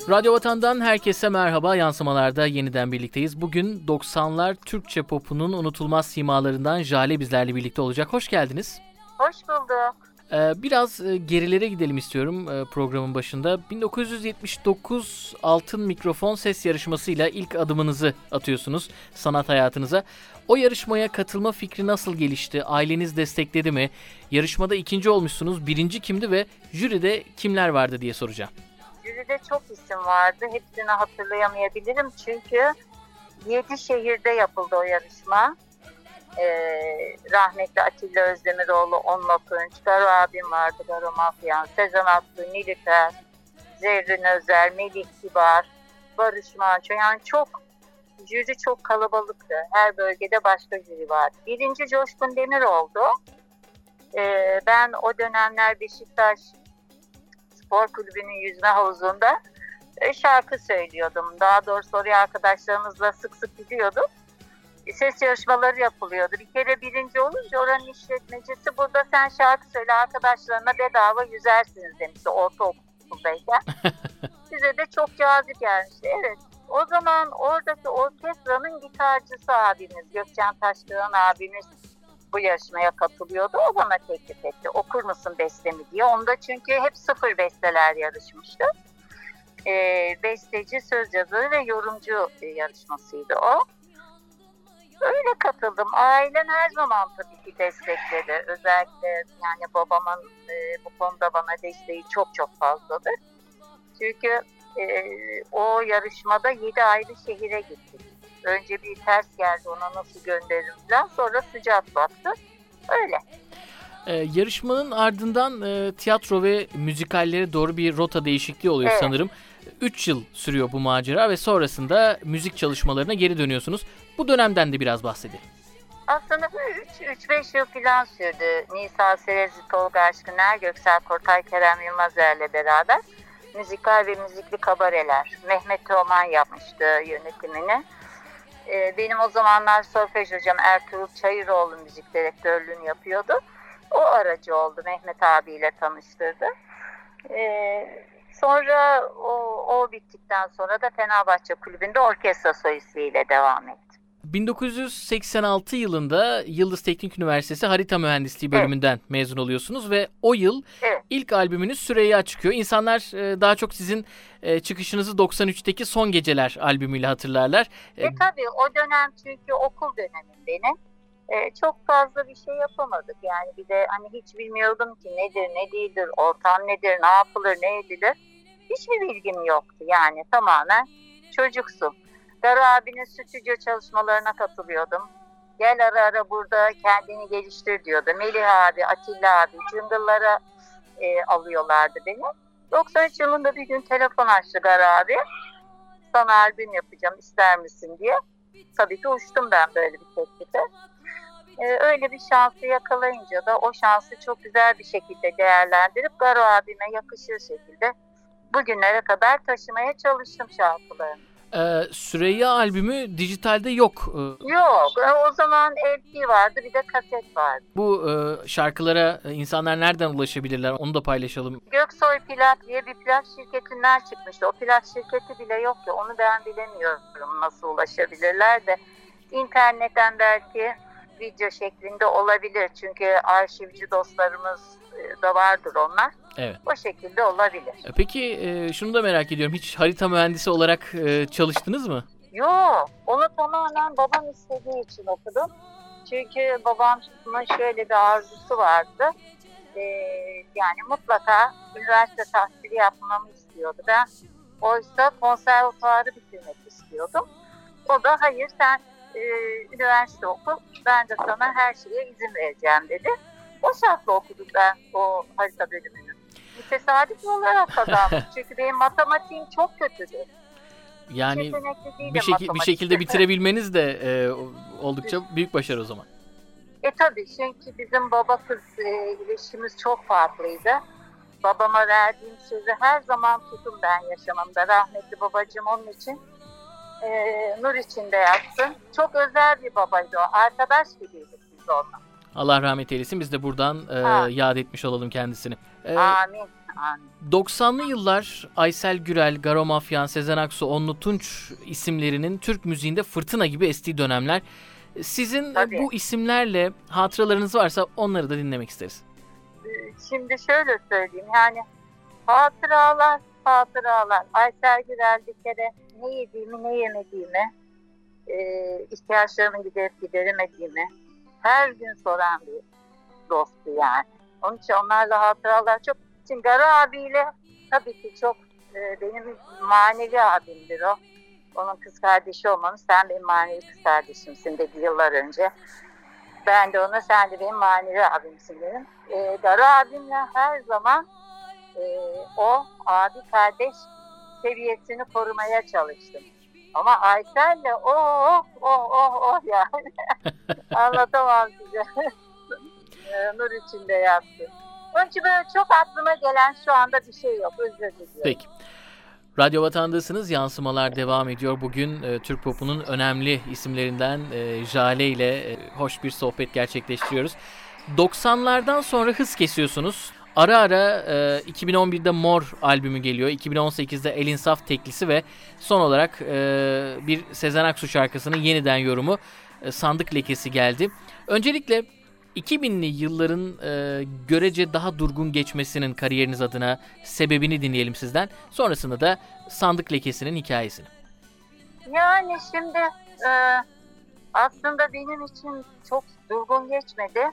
Radyo Vatan'dan herkese merhaba. Yansımalarda yeniden birlikteyiz. Bugün 90'lar Türkçe popunun unutulmaz simalarından Jale bizlerle birlikte olacak. Hoş geldiniz. Hoş bulduk. Biraz gerilere gidelim istiyorum programın başında. 1979 Altın Mikrofon ses yarışmasıyla ilk adımınızı atıyorsunuz sanat hayatınıza. O yarışmaya katılma fikri nasıl gelişti? Aileniz destekledi mi? Yarışmada ikinci olmuşsunuz. Birinci kimdi ve jüride kimler vardı diye soracağım. Jüride çok isim vardı. Hepsini hatırlayamayabilirim çünkü 7 şehirde yapıldı o yarışma. Rahmetli Atilla Özdemiroğlu, Onla Tunç, Garo abim vardı, Garo Mafyan, Sezen Aksu, Nilüfer, Zerrin Özer, Melih Kibar, Barış Manço. Yani jüri çok kalabalıktı. Her bölgede başka jüri vardı. Birinci Coşkun Demir oldu. Ben o dönemler Beşiktaş Spor Kulübü'nün yüzme havuzunda şarkı söylüyordum. Daha doğrusu oraya arkadaşlarımızla sık sık gidiyorduk. Ses yarışmaları yapılıyordu. Bir kere birinci olunca oranın işletmecisi burada sen şarkı söyle arkadaşlarına bedava yüzersiniz demişti ortaokuldayken. Size de çok cazip gelmişti. Evet. O zaman oradaki orkestranın gitarcısı abimiz, Gökçen Taşkıran abimiz bu yarışmaya katılıyordu. O bana teklif etti. Okur musun bestemi diye. Onda çünkü hep sıfır besteler yarışmıştı. Besteci, söz yazarı ve yorumcu yarışmasıydı o. Öyle katıldım. Ailem her zaman tabii ki destekledi. Özellikle yani babamın bu konuda bana desteği çok çok fazladır. Çünkü o yarışmada 7 ayrı şehire gittik. Önce bir ters geldi, ona nasıl gönderirim falan. Sonra sıcak baktı. Öyle. Yarışmanın ardından tiyatro ve müzikallere doğru bir rota değişikliği oluyor sanırım. 3 yıl sürüyor bu macera ve sonrasında müzik çalışmalarına geri dönüyorsunuz. Bu dönemden de biraz bahsedelim. Aslında 3-5 yıl falan sürdü. Nisa Serezli, Tolga Aşkıner, Göksel Korkay, Kerem Yılmazer beraber müzikal ve müzikli kabareler. Mehmet Teoman yapmıştı yönetimini. Benim o zamanlar solfej hocam Ertuğrul Çayıroğlu müzik direktörlüğünü yapıyordu. O aracı oldu. Mehmet abiyle tanıştırdı. Sonra o bittikten sonra da Fenerbahçe Kulübü'nde orkestra solistiyle devam etti. 1986 yılında Yıldız Teknik Üniversitesi Harita Mühendisliği bölümünden mezun oluyorsunuz ve o yıl ilk albümünüz Süreyya çıkıyor. İnsanlar daha çok sizin çıkışınızı 93'teki Son Geceler albümüyle hatırlarlar. Tabii o dönem çünkü okul dönemim benim. Çok fazla bir şey yapamadık yani bir de hani hiç bilmiyordum ki nedir ne değildir, ortam nedir, ne yapılır, ne edilir. Hiçbir bilgim yoktu yani tamamen çocuksun. Garo abinin stüdyo çalışmalarına katılıyordum. Gel ara ara burada kendini geliştir diyordu. Melih abi, Atilla abi jingle'lara alıyorlardı beni. 93 yılında bir gün telefon açtı Garo abi. Sana albüm yapacağım ister misin diye. Tabii ki uçtum ben böyle bir teklife. Öyle bir şansı yakalayınca da o şansı çok güzel bir şekilde değerlendirip Garo abime yakışır şekilde bugünlere kadar taşımaya çalıştım şarkılarını. Süreyya albümü dijitalde yok. Yok. O zaman LP vardı bir de kaset vardı. Bu şarkılara insanlar nereden ulaşabilirler? Onu da paylaşalım. Göksoy Plak diye bir plak şirketinden çıkmıştı. O plak şirketi bile yok ki. Onu ben bilemiyorum nasıl ulaşabilirler de. İnternetten belki video şeklinde olabilir. Çünkü arşivci dostlarımız da vardır onlar. Evet. O şekilde olabilir. Peki şunu da merak ediyorum. Hiç harita mühendisi olarak çalıştınız mı? Yok. Onu tamamen babam istediği için okudum. Çünkü babamın şöyle bir arzusu vardı. Yani mutlaka üniversite tahsili yapmamı istiyordu. Ben oysa konservatuarı bitirmek istiyordum. O da hayır sen üniversite oku. Ben de sana her şeye izin vereceğim dedi. O şartla okudum ben o harita bölümünü. Tesadüf olarak kazandım. Çünkü benim matematiğim çok kötüdür. Yani bir şekilde bitirebilmeniz de oldukça büyük başarı o zaman. Tabii çünkü bizim baba kız ilişkimiz çok farklıydı. Babama verdiğim sözü her zaman tutun ben yaşamamda. Rahmetli babacığım onun için nur içinde yatsın. Çok özel bir babaydı o. Arkadaş gibiydik biz onunla. Allah rahmet eylesin. Biz de buradan yad etmiş olalım kendisini. Amin. Amin. 90'lı yıllar Aysel Gürel, Garo Mafyan, Sezen Aksu, Onlu Tunç isimlerinin Türk müziğinde fırtına gibi estiği dönemler. Sizin bu isimlerle hatıralarınız varsa onları da dinlemek isteriz. Şimdi şöyle söyleyeyim, yani hatıralar. Aysel Gürel bir kere ne yediğimi ne yemediğimi, ihtiyaçlarımı gideremediğimi her gün soran bir dosttu yani. Onun için onlarla hatıralar çok. Şimdi Garo abiyle tabii ki çok benim manevi abimdir o. Onun kız kardeşi olmamız, sen benim manevi kız kardeşimsin dedi yıllar önce. Ben de ona sen de benim manevi abimsin dedim. Garo abimle her zaman o abi kardeş seviyesini korumaya çalıştım. Ama Aysel'le yani anlatamam size. Nur içinde yaptı. Onun için böyle çok aklıma gelen şu anda bir şey yok. Özür diliyorum. Peki. Radyo Vatan'dasınız. Yansımalar devam ediyor. Bugün Türk Pop'unun önemli isimlerinden Jale ile hoş bir sohbet gerçekleştiriyoruz. 90'lardan sonra hız kesiyorsunuz. Ara ara 2011'de Mor albümü geliyor. 2018'de El İnsaf teklisi ve son olarak bir Sezen Aksu şarkısının yeniden yorumu Sandık Lekesi geldi. Öncelikle 2000'li yılların görece daha durgun geçmesinin kariyeriniz adına sebebini dinleyelim sizden. Sonrasında da Sandık Lekesi'nin hikayesini. Yani şimdi aslında benim için çok durgun geçmedi.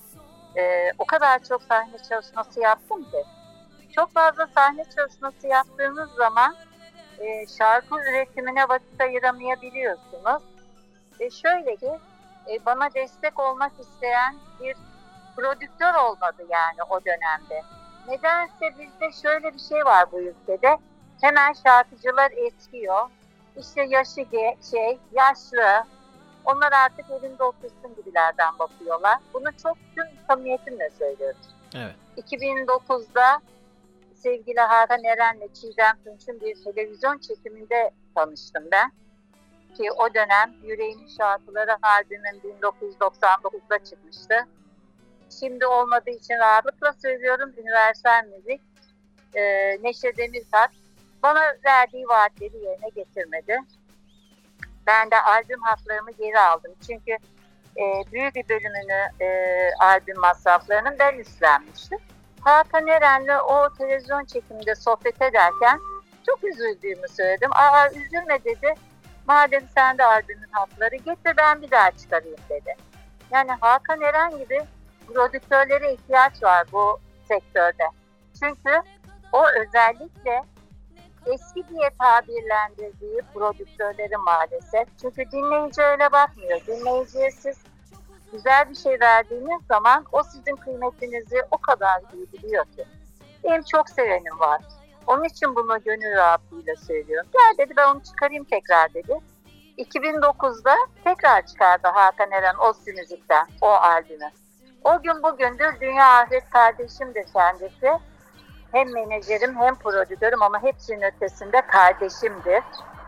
O kadar çok sahne çalışması yaptım ki. Çok fazla sahne çalışması yaptığınız zaman şarkı üretimine vakit ayıramayabiliyorsunuz. Şöyle ki bana destek olmak isteyen bir prodüktör olmadı yani o dönemde. Nedense bizde şöyle bir şey var bu ülkede. Hemen şarkıcılar eskiyor. İşte yaşı yaşlı. Onlar artık elinde otursun gibilerden bakıyorlar. Bunu çok tüm samimiyetimle söylüyoruz. Evet. 2009'da sevgili Hakan Eren'le Çiğdem Tunç'un bir televizyon çekiminde tanıştım ben. Ki o dönem Yüreğimin Şarkıları albümüm 1999'da çıkmıştı. Şimdi olmadığı için rahatlıkla söylüyorum, Universal Müzik, Neşe Demirtaş bana verdiği vaatleri yerine getirmedi. Ben de albüm haklarımı geri aldım. Çünkü büyük bir bölümünü albüm masraflarının ben üstlenmiştim. Hakan Eren'le o televizyon çekiminde sohbet ederken çok üzüldüğümü söyledim. Üzülme dedi. Madem sende albümün hakları getir ben bir daha çıkarayım dedi. Yani Hakan Eren gibi prodüktörlere ihtiyaç var bu sektörde. Çünkü o özellikle eski diye tabirlendirdiği prodüktörleri maalesef. Çünkü dinleyici öyle bakmıyor. Dinleyiciye siz güzel bir şey verdiğiniz zaman o sizin kıymetinizi o kadar iyi biliyor ki. Benim çok sevenim var. Onun için bunu gönül rahatlığıyla söylüyorum. Gel dedi ben onu çıkarayım tekrar dedi. 2009'da tekrar çıkardı Hakan Eren Ossi Müzik'ten o albümü. O gün bugündür dünya ahiret kardeşimdir kendisi. Hem menajerim hem prodüktörüm ama hepsinin ötesinde kardeşimdir.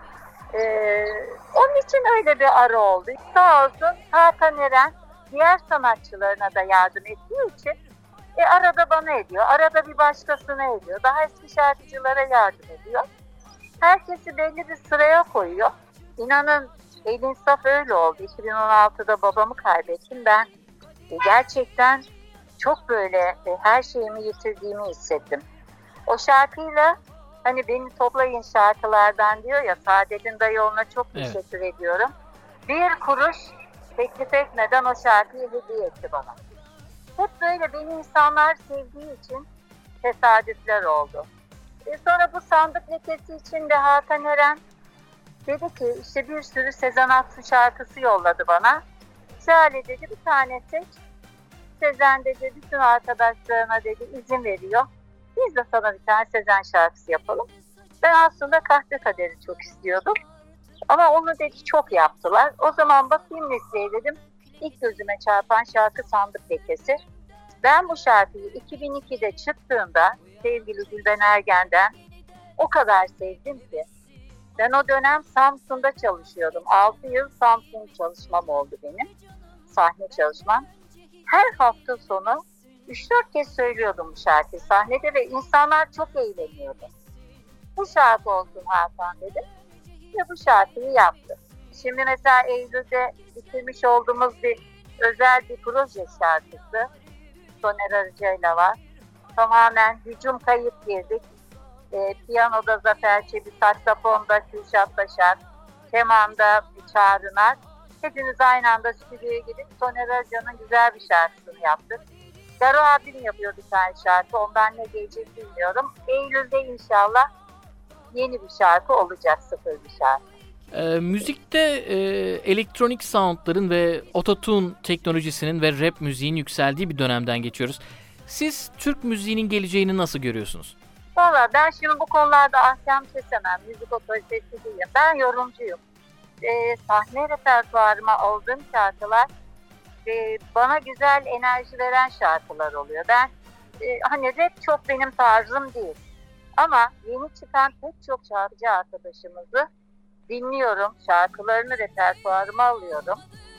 Onun için öyle bir ara oldu. Sağ olsun Hakan Eren diğer sanatçılarına da yardım ettiği için arada bana ediyor, arada bir başkasına ediyor. Daha eski şarkıcılara yardım ediyor. Herkesi belli bir sıraya koyuyor. İnanın El İnsaf öyle oldu. 2016'da babamı kaybettim. Ben gerçekten çok böyle her şeyimi yitirdiğimi hissettim. O şarkıyla hani beni toplayın şarkılardan diyor ya, Saadet'in dayıoğluna çok teşekkür ediyorum. Bir kuruş teklif etmeden o şarkıyı hediye etti bana. Hep böyle beni insanlar sevdiği için tesadüfler oldu. Sonra bu Sandık Lekesi için de Hakan Eren dedi ki işte bir sürü Sezen Aksu şarkısı yolladı bana. Şöyle dedi bir tane seç. Sezen dedi bütün arkadaşlarına dedi izin veriyor. Biz de sana bir tane Sezen şarkısı yapalım. Ben aslında Kahve Kader'i çok istiyordum. Ama onu dedi çok yaptılar. O zaman bakayım listeye dedim. İlk gözüme çarpan şarkı Sandık Lekesi. Ben bu şarkıyı 2002'de çıktığında sevgili Gülben Ergen'den o kadar sevdim ki. Ben o dönem Samsun'da çalışıyordum. 6 yıl Samsun çalışmam oldu benim. Sahne çalışmam. Her hafta sonu 3-4 kez söylüyordum bu şarkıyı sahnede ve insanlar çok eğleniyordu. Bu şarkı olsun Hakan dedim ve bu şarkıyı yaptım. Şimdi mesela Eylül'de bitirmiş olduğumuz bir özel bir proje şarkısı Soner Arıcı'yla var. Tamamen hücum kayıt girdik. Piyanoda Zafer Çebi, saksafonda Kürşat Başar, kemanda Çağrınar. Hepimiz aynı anda stüdyoya gidip Soner Arıcı'nın güzel bir şarkısını yaptık. Garo abim yapıyor bir tane şarkı. Ondan ne gelecek bilmiyorum. Eylül'de inşallah yeni bir şarkı olacak, sıfır bir şarkı. Müzikte elektronik soundların ve ototune teknolojisinin ve rap müziğin yükseldiği bir dönemden geçiyoruz. Siz Türk müziğinin geleceğini nasıl görüyorsunuz? Valla ben şimdi bu konularda ahkam kesemem. Müzik otoritesi değilim. Ben yorumcuyum. Sahne repertuarıma aldığım şarkılar bana güzel enerji veren şarkılar oluyor. Ben hani rap çok benim tarzım değil. Ama yeni çıkan pek çok şarkıcı arkadaşımızı dinliyorum. Şarkılarını repertuarıma alıyorum.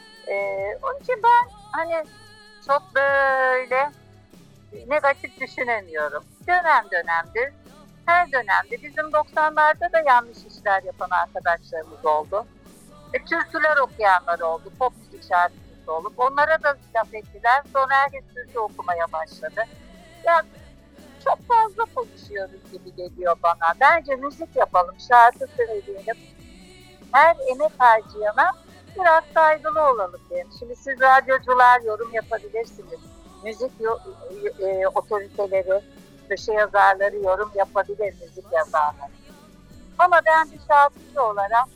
Onun için ben hani çok böyle negatif düşünemiyorum. Dönem dönemdir. Her dönemde bizim 90'larda da yanlış işler yapan arkadaşlarımız oldu. Türküler okuyanlar oldu. Pop müzik şarkıcısı olup onlara da laf ettiler. Sonra herkes türkü okumaya başladı. Ya çok fazla konuşuyoruz gibi geliyor bana. Bence müzik yapalım, şarkı söyleyelim. Her emek harcayana biraz saygılı olalım diyelim. Şimdi siz radyocular yorum yapabilirsiniz. Müzik otoriteleri, köşe yazarları yorum yapabilir, müzik yazarları. Ama ben bir şarkıcı olarak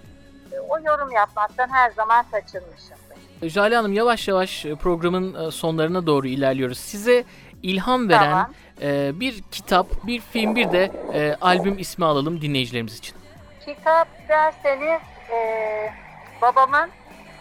o yorum yapmaktan her zaman kaçınmışımdır. Jale Hanım, yavaş yavaş programın sonlarına doğru ilerliyoruz. Size ilham veren bir kitap, bir film, bir de albüm ismi alalım dinleyicilerimiz için. Kitap derseniz babamın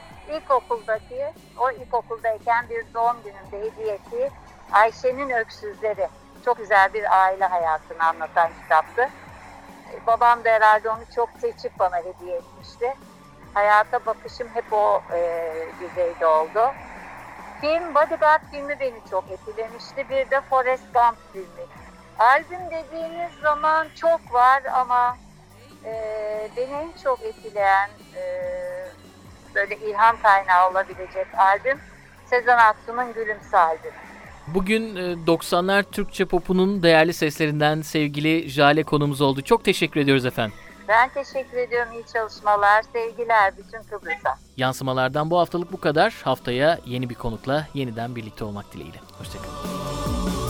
o ilkokuldayken bir doğum gününde hediye ettiği Ayşe'nin Öksüzleri. Çok güzel bir aile hayatını anlatan kitaptı. Babam da herhalde onu çok seçip bana hediye etmişti. Hayata bakışım hep o düzeyde oldu. Film, Bodyguard filmi beni çok etkilemişti. Bir de Forrest Gump filmi. Albüm dediğiniz zaman çok var ama beni en çok etkileyen böyle ilham kaynağı olabilecek albüm Sezen Aksu'nun Gülümse albümü. Bugün 90'lar Türkçe popunun değerli seslerinden sevgili Jale konuğumuz oldu. Çok teşekkür ediyoruz efendim. Ben teşekkür ediyorum. İyi çalışmalar, sevgiler bütün Kıbrıs'a. Yansımalardan bu haftalık bu kadar. Haftaya yeni bir konukla yeniden birlikte olmak dileğiyle. Hoşçakalın.